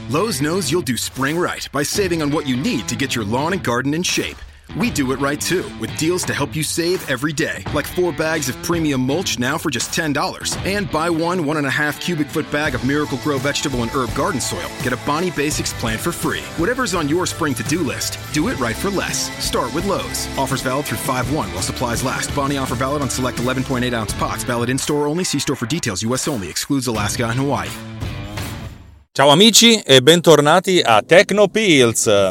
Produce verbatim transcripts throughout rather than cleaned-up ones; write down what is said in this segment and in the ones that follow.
Lowe's knows you'll do spring right by saving on what you need to get your lawn and garden in shape. We do it right too, with deals to help you save every day, like four bags of premium mulch now for just ten dollars. And buy one one and a half cubic foot bag of Miracle Grow vegetable and herb garden soil. Get a Bonnie Basics plant for free. Whatever's on your spring to-do list, do it right for less. Start with Lowe's. Offers valid through five one while supplies last. Bonnie offer valid on select eleven point eight ounce pots. Valid in-store only. See store for details. U S only. Excludes Alaska and Hawaii. Ciao amici e bentornati a Tecnopills.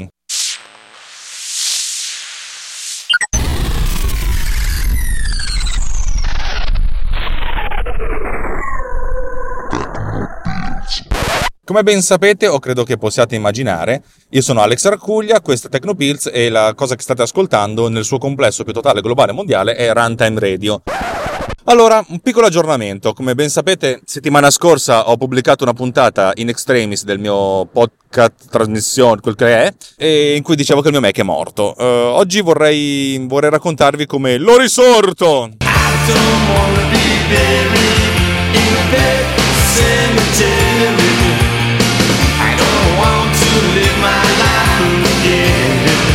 Come ben sapete, o credo che possiate immaginare, io sono Alex Raccuglia, questo è Tecnopills e la cosa che state ascoltando nel suo complesso più totale, globale e mondiale è Runtime Radio. Allora, un piccolo aggiornamento. Come ben sapete, settimana scorsa ho pubblicato una puntata in extremis del mio podcast trasmissione, quel che è, e in cui dicevo che il mio Mac è morto. Uh, oggi vorrei, vorrei raccontarvi come l'ho risorto. I don't wanna be buried in a pet cemetery. I don't want to live my life again.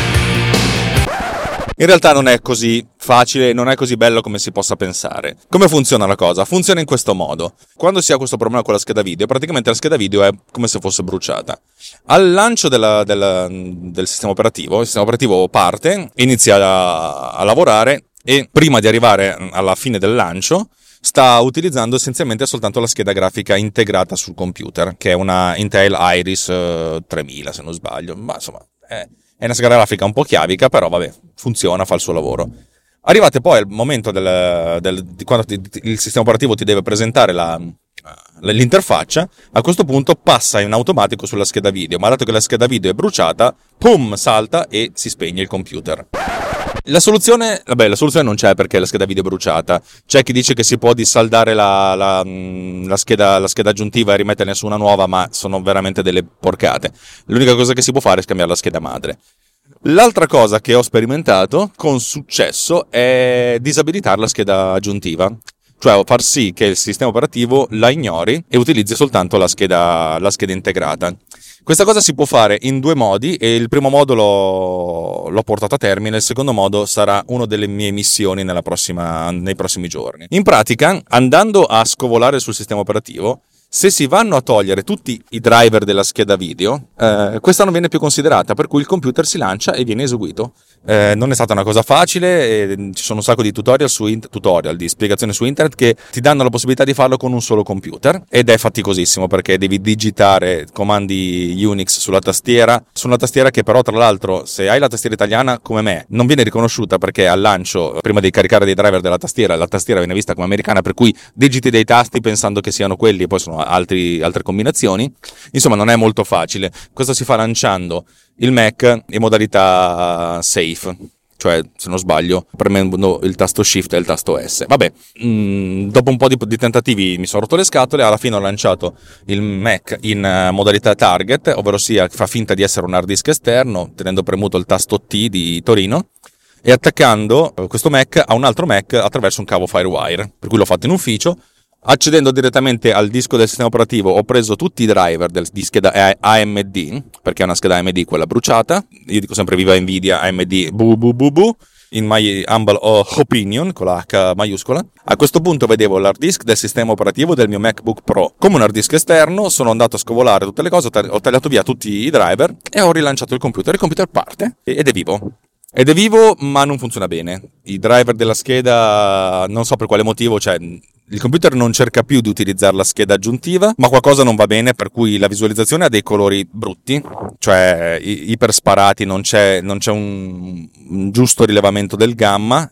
In realtà non è così facile, non è così bello come si possa pensare. Come funziona la cosa? Funziona in questo modo. Quando si ha questo problema con la scheda video, praticamente la scheda video è come se fosse bruciata. Al lancio della, della, del sistema operativo, il sistema operativo parte, inizia a, a lavorare e prima di arrivare alla fine del lancio sta utilizzando essenzialmente soltanto la scheda grafica integrata sul computer, che è una Intel Iris uh, tremila se non sbaglio, ma insomma è... È una scheda grafica un po' chiavica, però vabbè, funziona, fa il suo lavoro. Arrivate poi al momento del, del, di quando ti, il sistema operativo ti deve presentare la, l'interfaccia, a questo punto passa in automatico sulla scheda video, ma dato che la scheda video è bruciata, pum, salta e si spegne il computer. La soluzione, vabbè, la soluzione non c'è perché la scheda video è bruciata. C'è chi dice che si può dissaldare la, la, la, scheda, la scheda aggiuntiva e rimetterne su una nuova, ma sono veramente delle porcate. L'unica cosa che si può fare è scambiare la scheda madre. L'altra cosa che ho sperimentato con successo è disabilitare la scheda aggiuntiva, cioè far sì che il sistema operativo la ignori e utilizzi soltanto la scheda, la scheda integrata. Questa cosa si può fare in due modi e il primo modo l'ho, l'ho portato a termine, il secondo modo sarà una delle mie missioni nella prossima, nei prossimi giorni. In pratica, andando a scovolare sul sistema operativo, se si vanno a togliere tutti i driver della scheda video, eh, questa non viene più considerata, per cui il computer si lancia e viene eseguito. Eh, non è stata una cosa facile, e ci sono un sacco di tutorial, su in- tutorial di spiegazioni su internet che ti danno la possibilità di farlo con un solo computer, ed è faticosissimo perché devi digitare comandi Unix sulla tastiera, su una tastiera che però tra l'altro, se hai la tastiera italiana come me, non viene riconosciuta perché al lancio, prima di caricare dei driver della tastiera, la tastiera viene vista come americana, per cui digiti dei tasti pensando che siano quelli e poi sono altri, altre combinazioni. Insomma, non è molto facile. Questo si fa lanciando il Mac in modalità safe, cioè, se non sbaglio, premendo il tasto Shift e il tasto S. Vabbè, mh, dopo un po' di, di tentativi mi sono rotto le scatole, alla fine ho lanciato il Mac in uh, modalità target, ovvero sia fa finta di essere un hard disk esterno, tenendo premuto il tasto T di Torino, e attaccando questo Mac a un altro Mac attraverso un cavo FireWire, per cui l'ho fatto in ufficio. Accedendo direttamente al disco del sistema operativo ho preso tutti i driver del, di scheda A M D, perché è una scheda A M D quella bruciata. Io dico sempre viva Nvidia, A M D, bu bu bu bu, in my humble opinion, con la H maiuscola. A questo punto vedevo l'hard disk del sistema operativo del mio MacBook Pro come un hard disk esterno, sono andato a scovolare tutte le cose, ho tagliato via tutti i driver e ho rilanciato il computer. Il computer parte ed è vivo. Ed è vivo, ma non funziona bene. I driver della scheda, non so per quale motivo, cioè il computer non cerca più di utilizzare la scheda aggiuntiva, ma qualcosa non va bene, per cui la visualizzazione ha dei colori brutti, cioè iper sparati, non c'è, non c'è un, un giusto rilevamento del gamma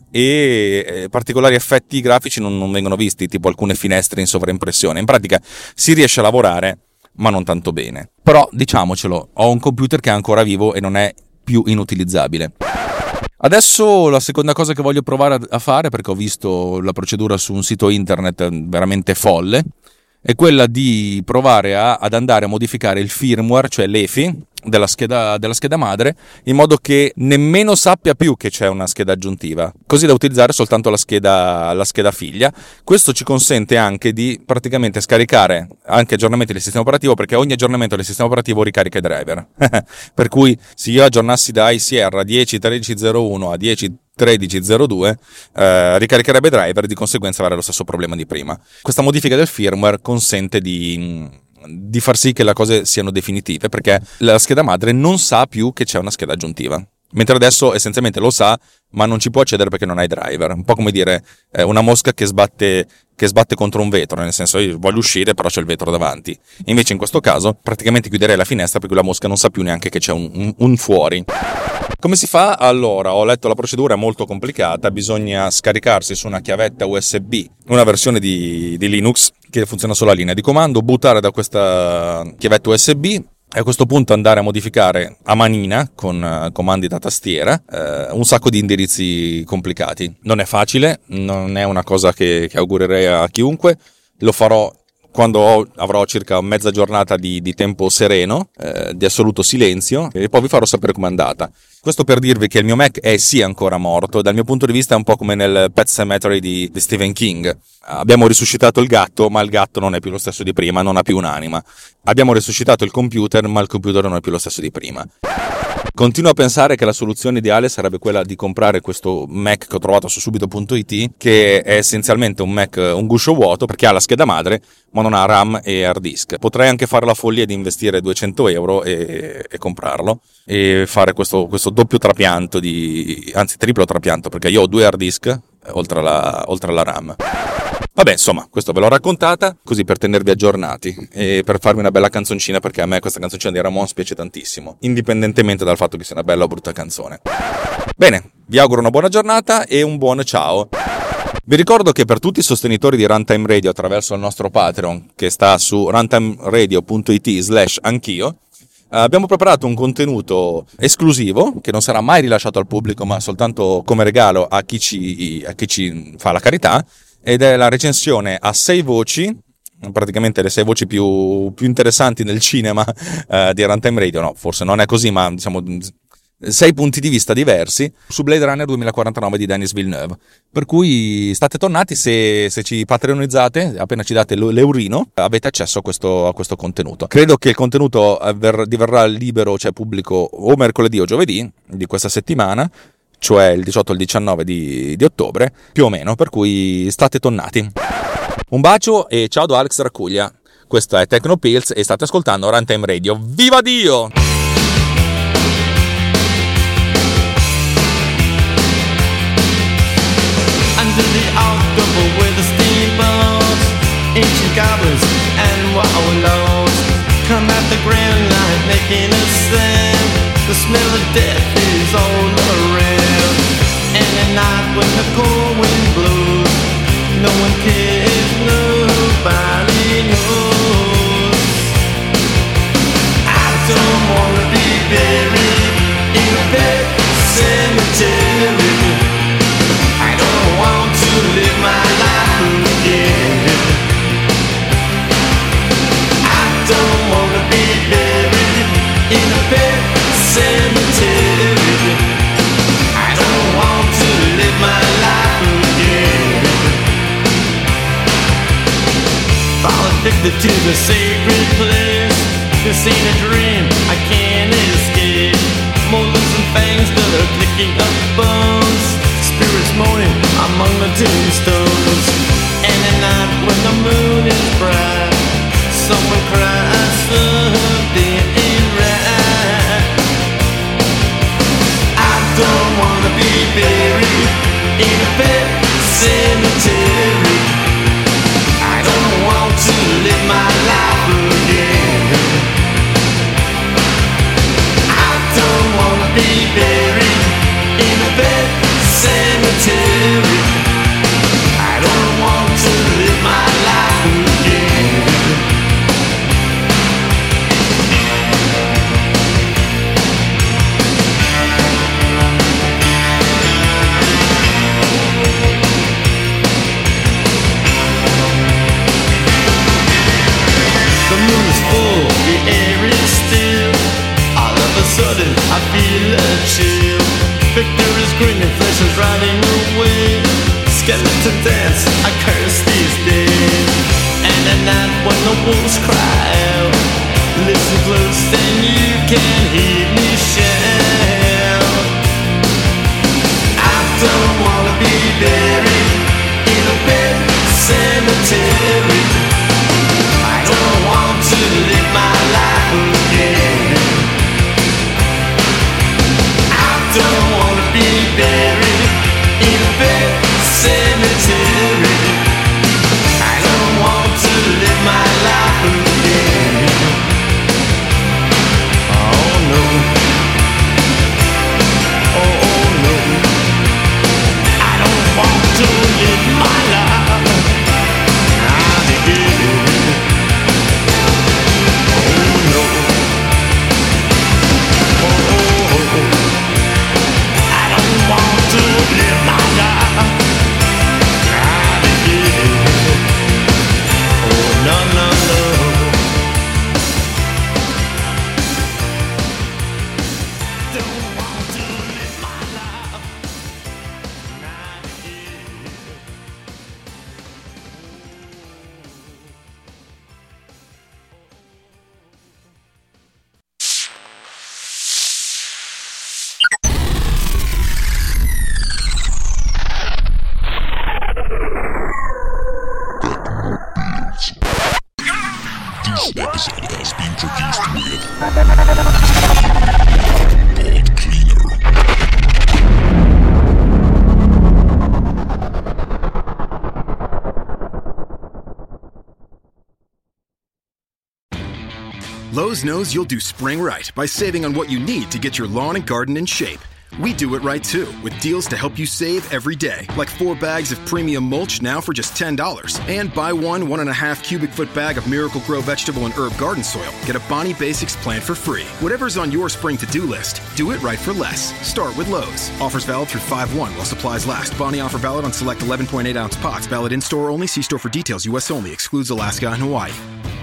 e particolari effetti grafici non, non vengono visti, tipo alcune finestre in sovraimpressione. In pratica si riesce a lavorare, ma non tanto bene. Però, diciamocelo, ho un computer che è ancora vivo e non è più inutilizzabile. Adesso la seconda cosa che voglio provare a fare, perché ho visto la procedura su un sito internet veramente folle, è quella di provare a, ad andare a modificare il firmware, cioè l'E F I, della scheda, della scheda madre, in modo che nemmeno sappia più che c'è una scheda aggiuntiva, così da utilizzare soltanto la scheda, la scheda figlia. Questo ci consente anche di praticamente scaricare anche aggiornamenti del sistema operativo, perché ogni aggiornamento del sistema operativo ricarica i driver. Per cui se io aggiornassi da I Sierra dieci tredici zero uno a dieci tredici zero due, eh, ricaricherebbe i driver e di conseguenza avrebbe lo stesso problema di prima. Questa modifica del firmware consente di di far sì che le cose siano definitive, perché la scheda madre non sa più che c'è una scheda aggiuntiva, mentre adesso essenzialmente lo sa, ma non ci può accedere perché non ha i driver. Un po' come dire eh, una mosca che sbatte che sbatte contro un vetro, nel senso io voglio uscire però c'è il vetro davanti. Invece in questo caso praticamente chiuderei la finestra, perché la mosca non sa più neanche che c'è un, un, un fuori. Come si fa? Allora, ho letto la procedura, è molto complicata, bisogna scaricarsi su una chiavetta U S B una versione di, di Linux che funziona solo a linea di comando, buttare da questa chiavetta U S B e a questo punto andare a modificare a manina con uh, comandi da tastiera uh, un sacco di indirizzi complicati. Non è facile, non è una cosa che, che augurerei a chiunque, lo farò quando ho, avrò circa mezza giornata di, di tempo sereno, eh, di assoluto silenzio, e poi vi farò sapere com'è andata. Questo per dirvi che il mio Mac è sì ancora morto, dal mio punto di vista è un po' come nel Pet Sematary di, di Stephen King. Abbiamo risuscitato il gatto, ma il gatto non è più lo stesso di prima, non ha più un'anima. Abbiamo risuscitato il computer, ma il computer non è più lo stesso di prima. Continuo a pensare che la soluzione ideale sarebbe quella di comprare questo Mac che ho trovato su subito punto it, che è essenzialmente un Mac, un guscio vuoto, perché ha la scheda madre ma non ha RAM e hard disk. Potrei anche fare la follia di investire duecento euro e, e comprarlo e fare questo, questo doppio trapianto, di, anzi triplo trapianto, perché io ho due hard disk oltre alla, oltre alla RAM. Vabbè, insomma, questo ve l'ho raccontata così per tenervi aggiornati e per farvi una bella canzoncina, perché a me questa canzoncina dei Ramones piace tantissimo, indipendentemente dal fatto che sia una bella o brutta canzone. Bene, vi auguro una buona giornata e un buon ciao. Vi ricordo che per tutti i sostenitori di Runtime Radio attraverso il nostro Patreon, che sta su runtimeradio punto it slash anch'io, abbiamo preparato un contenuto esclusivo che non sarà mai rilasciato al pubblico, ma soltanto come regalo a chi ci, a chi ci fa la carità, ed è la recensione a sei voci, praticamente le sei voci più, più interessanti nel cinema eh, di Runtime Radio. No, forse non è così, ma diciamo sei punti di vista diversi su Blade Runner duemilaquarantanove di Denis Villeneuve. Per cui state tornati, se, se ci patreonizzate, appena ci date l'eurino, avete accesso a questo, a questo contenuto. Credo che il contenuto avver, diverrà libero, cioè pubblico, o mercoledì o giovedì di questa settimana, cioè il diciotto e il diciannove di, di ottobre, più o meno, per cui state tonnati. Un bacio e ciao da Alex Raccuglia. Questo è Tecnopills e state ascoltando Runtime Radio. Viva Dio! Under the October with the steamboats, ancient goblins and wallows come at the grand line making a sound. The smell of death is all around. And at night when the cold wind blows, no one cares, nobody knows. I don't wanna be buried in a pet cemetery. I don't want to live my life again. I don't wanna be buried in a pet cemetery. I don't want to live my life again. Fall addicted to the sacred place. This ain't a dream, I can't escape. Molars and fangs that are clicking up bones. Spirits moaning among the tombstones. And at night when the moon is bright, someone cries, something ain't right. I don't wanna be buried in a pet cemetery. I don't want to live my life again. I don't wanna be buried in a pet cemetery. I don't want to live my life again. close, then you can hear me shout. I don't wanna be buried in a bed cemetery. I don't want to live my life again. I don't wanna be buried in a bed cemetery. I don't want to live my life again. Oh no. Oh, oh no. I don't want to live my life again. Oh no. Oh, oh, oh. I don't want to live my life again. Oh no, no, no. Don't want to live my life again. This episode has been produced with Pod Cleaner. Lowe's knows you'll do spring right by saving on what you need to get your lawn and garden in shape. We do it right too, with deals to help you save every day, like four bags of premium mulch now for just ten dollars. And buy one one and a half cubic foot bag of Miracle Grow vegetable and herb garden soil. Get a Bonnie Basics plant for free. Whatever's on your spring to-do list, do it right for less. Start with Lowe's. Offers valid through five one while supplies last. Bonnie offer valid on select eleven point eight ounce pots. Valid in-store only. See store for details. U S only. Excludes Alaska and Hawaii.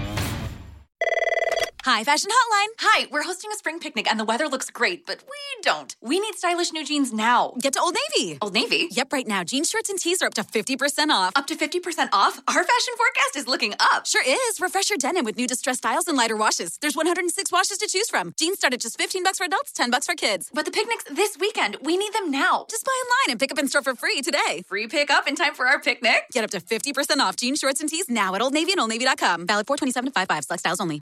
Hi, Fashion Hotline. Hi, we're hosting a spring picnic and the weather looks great, but we don't. We need stylish new jeans now. Get to Old Navy. Old Navy? Yep, right now. Jeans, shirts, and tees are up to fifty percent off. Up to fifty percent off? Our fashion forecast is looking up. Sure is. Refresh your denim with new distressed styles and lighter washes. There's one hundred six washes to choose from. Jeans start at just fifteen bucks for adults, ten bucks for kids. But the picnic's this weekend. We need them now. Just buy online and pick up in store for free today. Free pickup in time for our picnic? Get up to fifty percent off jeans, shorts, and tees now at Old Navy and old navy dot com. Valid four twenty-seven to five five. Select styles only.